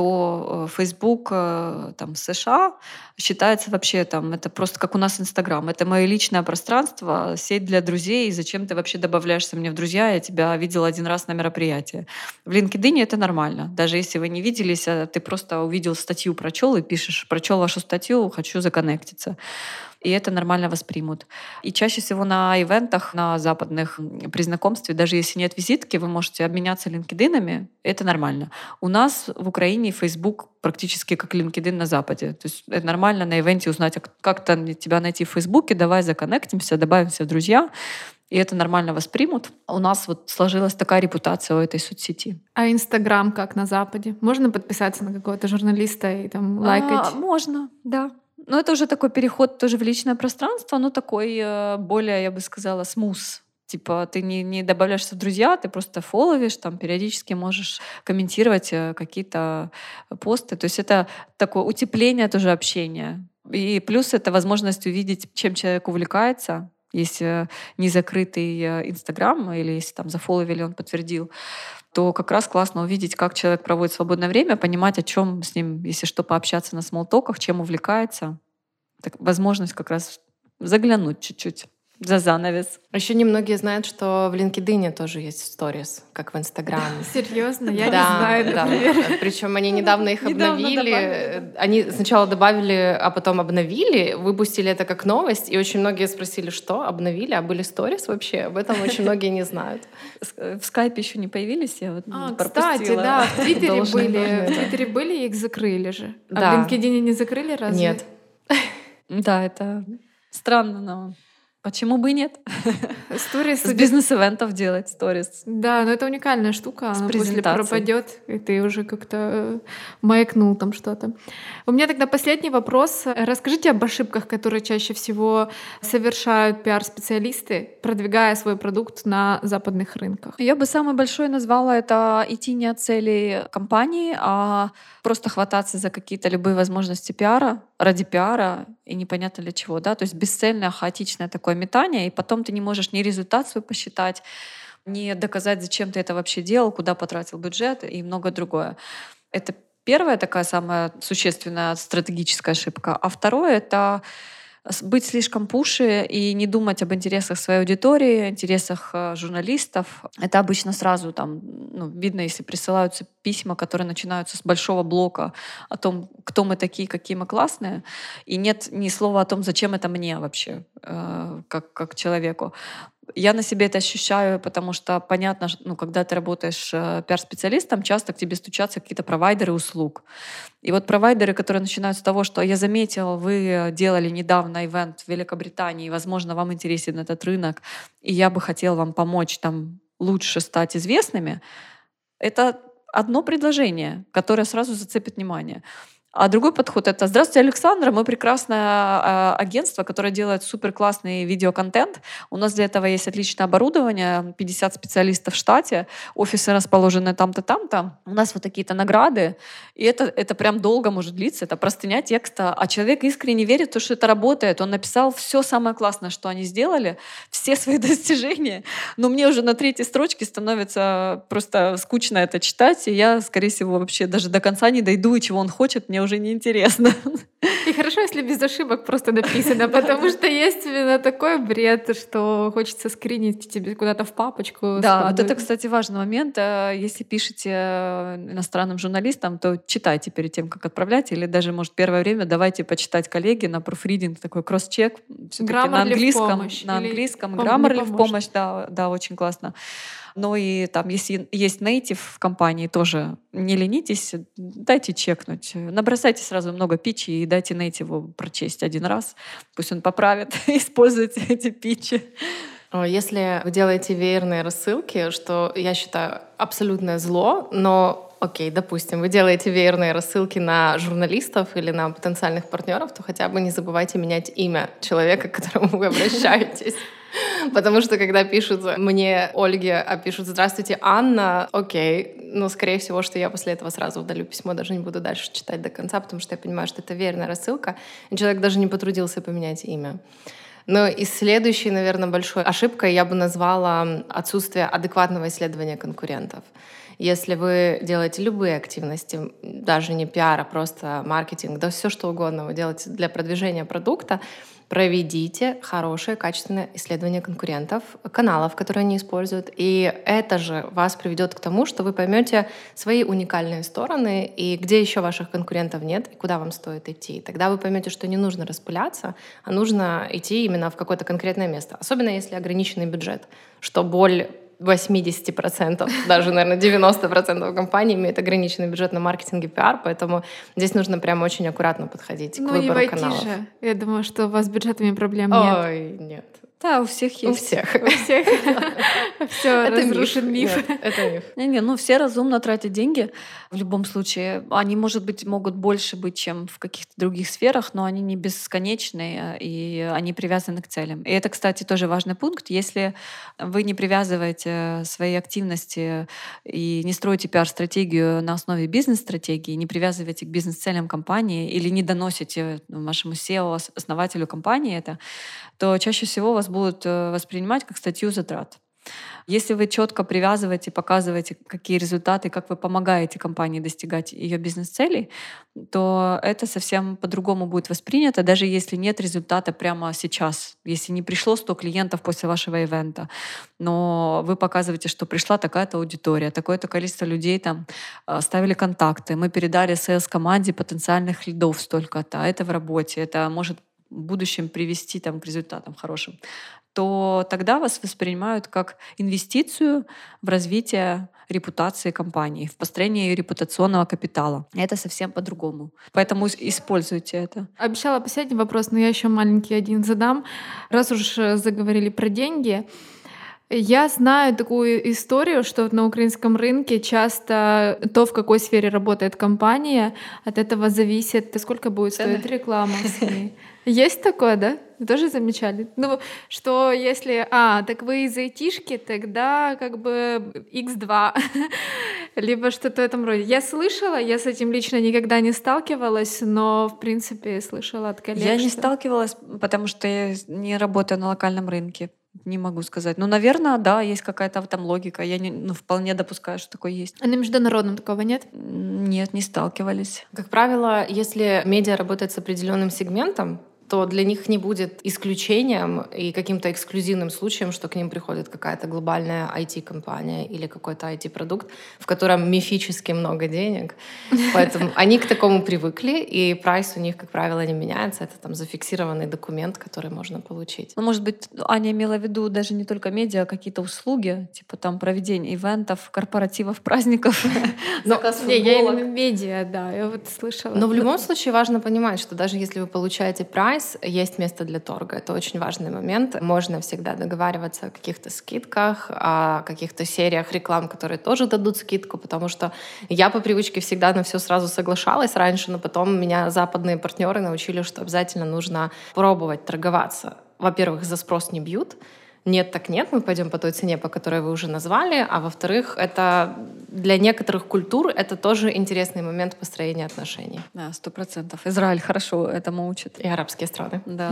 то Facebook там, США считается вообще там, это просто как у нас Инстаграм. Это мое личное пространство, сеть для друзей. И зачем ты вообще добавляешься мне в друзья? Я тебя видела один раз на мероприятии. В LinkedIn это нормально. Даже если вы не виделись, ты просто увидел статью, прочел и пишешь, прочел вашу статью, хочу законнектиться. И это нормально воспримут. И чаще всего на ивентах, на западных, при знакомстве, даже если нет визитки, вы можете обменяться LinkedIn'ами, это нормально. У нас в Украине Facebook практически как LinkedIn на Западе. То есть это нормально на ивенте узнать, как тебя найти в Фейсбуке, давай законнектимся, добавимся в друзья. И это нормально воспримут. У нас вот сложилась такая репутация у этой соцсети. А Инстаграм как на Западе? Можно подписаться на какого-то журналиста и там лайкать? А, можно, да. Но это уже такой переход тоже в личное пространство, но такой более, я бы сказала, смус. Типа ты не, не добавляешься в друзья, ты просто фолловишь, там периодически можешь комментировать какие-то посты. То есть это такое утепление тоже общения. И плюс это возможность увидеть, чем человек увлекается. Если не закрытый Инстаграм или если там зафолловили, он подтвердил, то как раз классно увидеть, как человек проводит свободное время, понимать, о чем с ним, если что, пообщаться на смолтоках, чем увлекается. Так, возможность как раз заглянуть чуть-чуть за занавес. Еще немногие знают, что в LinkedIn тоже есть сторис, как в Инстаграм. Серьезно? Я не Да, знаю, да. например. Причем они недавно их Недавно обновили. добавили. Они сначала добавили, а потом обновили, выпустили это как новость, и очень многие спросили, что обновили, а были сторис вообще? Об этом очень многие не знают. В скайпе еще не появились, я вот А, пропустила. кстати, да, в Твиттере Должны, были, должны, в да. Твиттере были, их закрыли же. А Да. в LinkedIn не закрыли разве? Нет. Да, это странно, но почему бы и нет? Сторис С бизнес-эвентов делать сторис. Да, но это уникальная штука. С Она после презентацией. пропадет, и ты уже как-то э, маякнул там что-то. У меня тогда последний вопрос. Расскажите об ошибках, которые чаще всего совершают пиар-специалисты, продвигая свой продукт на западных рынках. Я бы самой большой назвала это идти не от целей компании, а просто хвататься за какие-то любые возможности пиара ради пиара и непонятно для чего, да, то есть бесцельное, хаотичное такое метание, и потом ты не можешь ни результат свой посчитать, ни доказать, зачем ты это вообще делал, куда потратил бюджет и многое другое. Это первая такая самая существенная стратегическая ошибка. А второе — это с- быть слишком пуши и не думать об интересах своей аудитории, интересах э, журналистов. Это обычно сразу там, ну, видно, если присылаются письма, которые начинаются с большого блока о том, кто мы такие, какие мы классные, и нет ни слова о том, зачем это мне вообще, э, как, как человеку. Я на себе это ощущаю, потому что понятно, ш- ну, когда ты работаешь э, пиар-специалистом, часто к тебе стучатся какие-то провайдеры услуг. И вот провайдеры, которые начинают с того, что я заметила, вы делали недавно ивент в Великобритании, возможно, вам интересен этот рынок, и я бы хотел вам помочь там лучше стать известными, это одно предложение, которое сразу зацепит внимание. А другой подход — это: «Здравствуйте, Александра, мы прекрасное а, агентство, которое делает супер классный видеоконтент. У нас для этого есть отличное оборудование, пятьдесят специалистов в штате, офисы расположены там-то, там-то. У нас вот такие-то награды». И это, это прям долго может длиться, это простыня текста. А человек искренне верит в то, что это работает. Он написал все самое классное, что они сделали, все свои достижения. Но мне уже на третьей строчке становится просто скучно это читать, и я, скорее всего, вообще даже до конца не дойду, и чего он хочет, мне уже неинтересно. И хорошо, если без ошибок просто написано, потому что есть именно такой бред, что хочется скринить тебе куда-то в папочку. Да, вот складывать. это, кстати, важный момент. Э, Если пишете э, иностранным журналистам, то читайте перед тем, как отправлять, или даже, может, первое время давайте почитать коллеги на профридинг, такой кросс-чек, все-таки Grammarly на в английском, помощь на или английском, пом- не Grammarly в поможет? помощь, да, да, очень классно. Но и там, если есть нейтив в компании, тоже не ленитесь, дайте чекнуть. Набросайте сразу много питчей и дайте нейтиву прочесть один раз. Пусть он поправит, используйте эти питчи. О, Если вы делаете веерные рассылки, что я считаю абсолютное зло, но окей, допустим, вы делаете веерные рассылки на журналистов или на потенциальных партнеров, то хотя бы не забывайте менять имя человека, к которому вы обращаетесь. Потому что когда пишут мне Ольге, а пишут «Здравствуйте, Анна», окей, ну, скорее всего, что я после этого сразу удалю письмо, даже не буду дальше читать до конца, потому что я понимаю, что это верная рассылка, и человек даже не потрудился поменять имя. Но и следующей, наверное, большой ошибкой я бы назвала отсутствие адекватного исследования конкурентов. Если вы делаете любые активности, даже не пиар, а просто маркетинг, да все что угодно вы делаете для продвижения продукта, проведите хорошее, качественное исследование конкурентов, каналов, которые они используют. И это же вас приведет к тому, что вы поймете свои уникальные стороны и где еще ваших конкурентов нет, и куда вам стоит идти. Тогда вы поймете, что не нужно распыляться, а нужно идти именно в какое-то конкретное место. Особенно если ограниченный бюджет, что боль восемьдесят процентов, даже, наверное, девяносто процентов компаний имеют ограниченный бюджет на маркетинг и пиар, поэтому здесь нужно прям очень аккуратно подходить Ну к не выбору войти каналов. же. Я думаю, что у вас с бюджетами проблем нет. Ой, нет. Да, у всех У есть. всех. У всех все Это разрушен миф. Нет, это миф. Не-не, ну все разумно тратят деньги в любом случае. Они, может быть, могут больше быть, чем в каких-то других сферах, но они не бесконечные, и они привязаны к целям. И это, кстати, тоже важный пункт. Если вы не привязываете свои активности и не строите пиар-стратегию на основе бизнес-стратегии, не привязываете к бизнес-целям компании или не доносите вашему сео, основателю компании это, то чаще всего вас будут э, воспринимать как статью затрат. Если вы четко привязываете, показываете, какие результаты, как вы помогаете компании достигать ее бизнес-целей, то это совсем по-другому будет воспринято, даже если нет результата прямо сейчас, если не пришло сто клиентов после вашего ивента, но вы показываете, что пришла такая-то аудитория, такое-то количество людей там ставили контакты, мы передали сейлс-команде потенциальных лидов столько-то, а это в работе, это может в будущем привести там, к результатам хорошим, то тогда вас воспринимают как инвестицию в развитие репутации компании, в построение ее репутационного капитала. Это совсем по-другому. Поэтому используйте это. Обещала последний вопрос, но я еще маленький один задам. Раз уж заговорили про деньги, я знаю такую историю, что на украинском рынке часто то, в какой сфере работает компания, от этого зависит, сколько будет стоить реклама в СМИ. Есть такое, да? Вы тоже замечали? Ну, что если, а, так вы из айтишки, тогда как бы икс два, либо что-то в этом роде. Я слышала, я с этим лично никогда не сталкивалась, но, в принципе, слышала от коллег. Я не что... сталкивалась, потому что я не работаю на локальном рынке. Не могу сказать. Ну, наверное, да, есть какая-то там логика. Я не, ну, вполне допускаю, что такое есть. А на международном такого нет? Нет, не сталкивались. Как правило, если медиа работает с определенным сегментом, то для них не будет исключением и каким-то эксклюзивным случаем, что к ним приходит какая-то глобальная ай ти-компания или какой-то ай ти-продукт, в котором мифически много денег. Поэтому они к такому привыкли, и прайс у них, как правило, не меняется. Это там зафиксированный документ, который можно получить. Ну, может быть, Аня имела в виду даже не только медиа, а какие-то услуги, типа там проведение ивентов, корпоративов, праздников, заказ футболок. Я именно медиа, да, я вот слышала. Но в любом случае важно понимать, что даже если вы получаете прайс, есть место для торга. Это очень важный момент. Можно всегда договариваться о каких-то скидках, о каких-то сериях реклам, которые тоже дадут скидку, потому что я по привычке всегда на все сразу соглашалась раньше, но потом меня западные партнеры научили, что обязательно нужно пробовать торговаться. Во-первых, за спрос не бьют. Нет, так нет, мы пойдем по той цене, по которой вы уже назвали. А во-вторых, это для некоторых культур это тоже интересный момент построения отношений. Да, сто процентов. Израиль хорошо этому учит. И арабские страны. Да.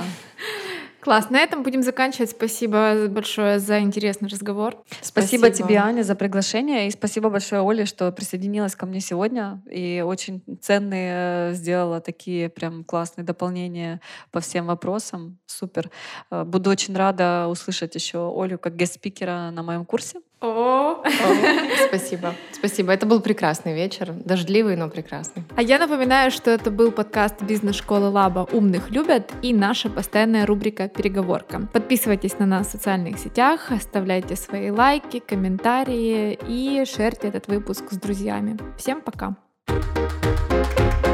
Класс. На этом будем заканчивать. Спасибо большое за интересный разговор. Спасибо, спасибо тебе, Аня, за приглашение. И спасибо большое, Оле, что присоединилась ко мне сегодня. И очень ценные сделала такие прям классные дополнения по всем вопросам. Супер. Буду очень рада услышать еще Олю как гест-спикера на моем курсе. О, спасибо. Спасибо. Это был прекрасный вечер. Дождливый, но прекрасный. А я напоминаю, что это был подкаст бизнес-школы Лаба «Умных любят» и наша постоянная рубрика «Переговорка». Подписывайтесь на нас в социальных сетях, оставляйте свои лайки, комментарии и шерьте этот выпуск с друзьями. Всем пока! Thank you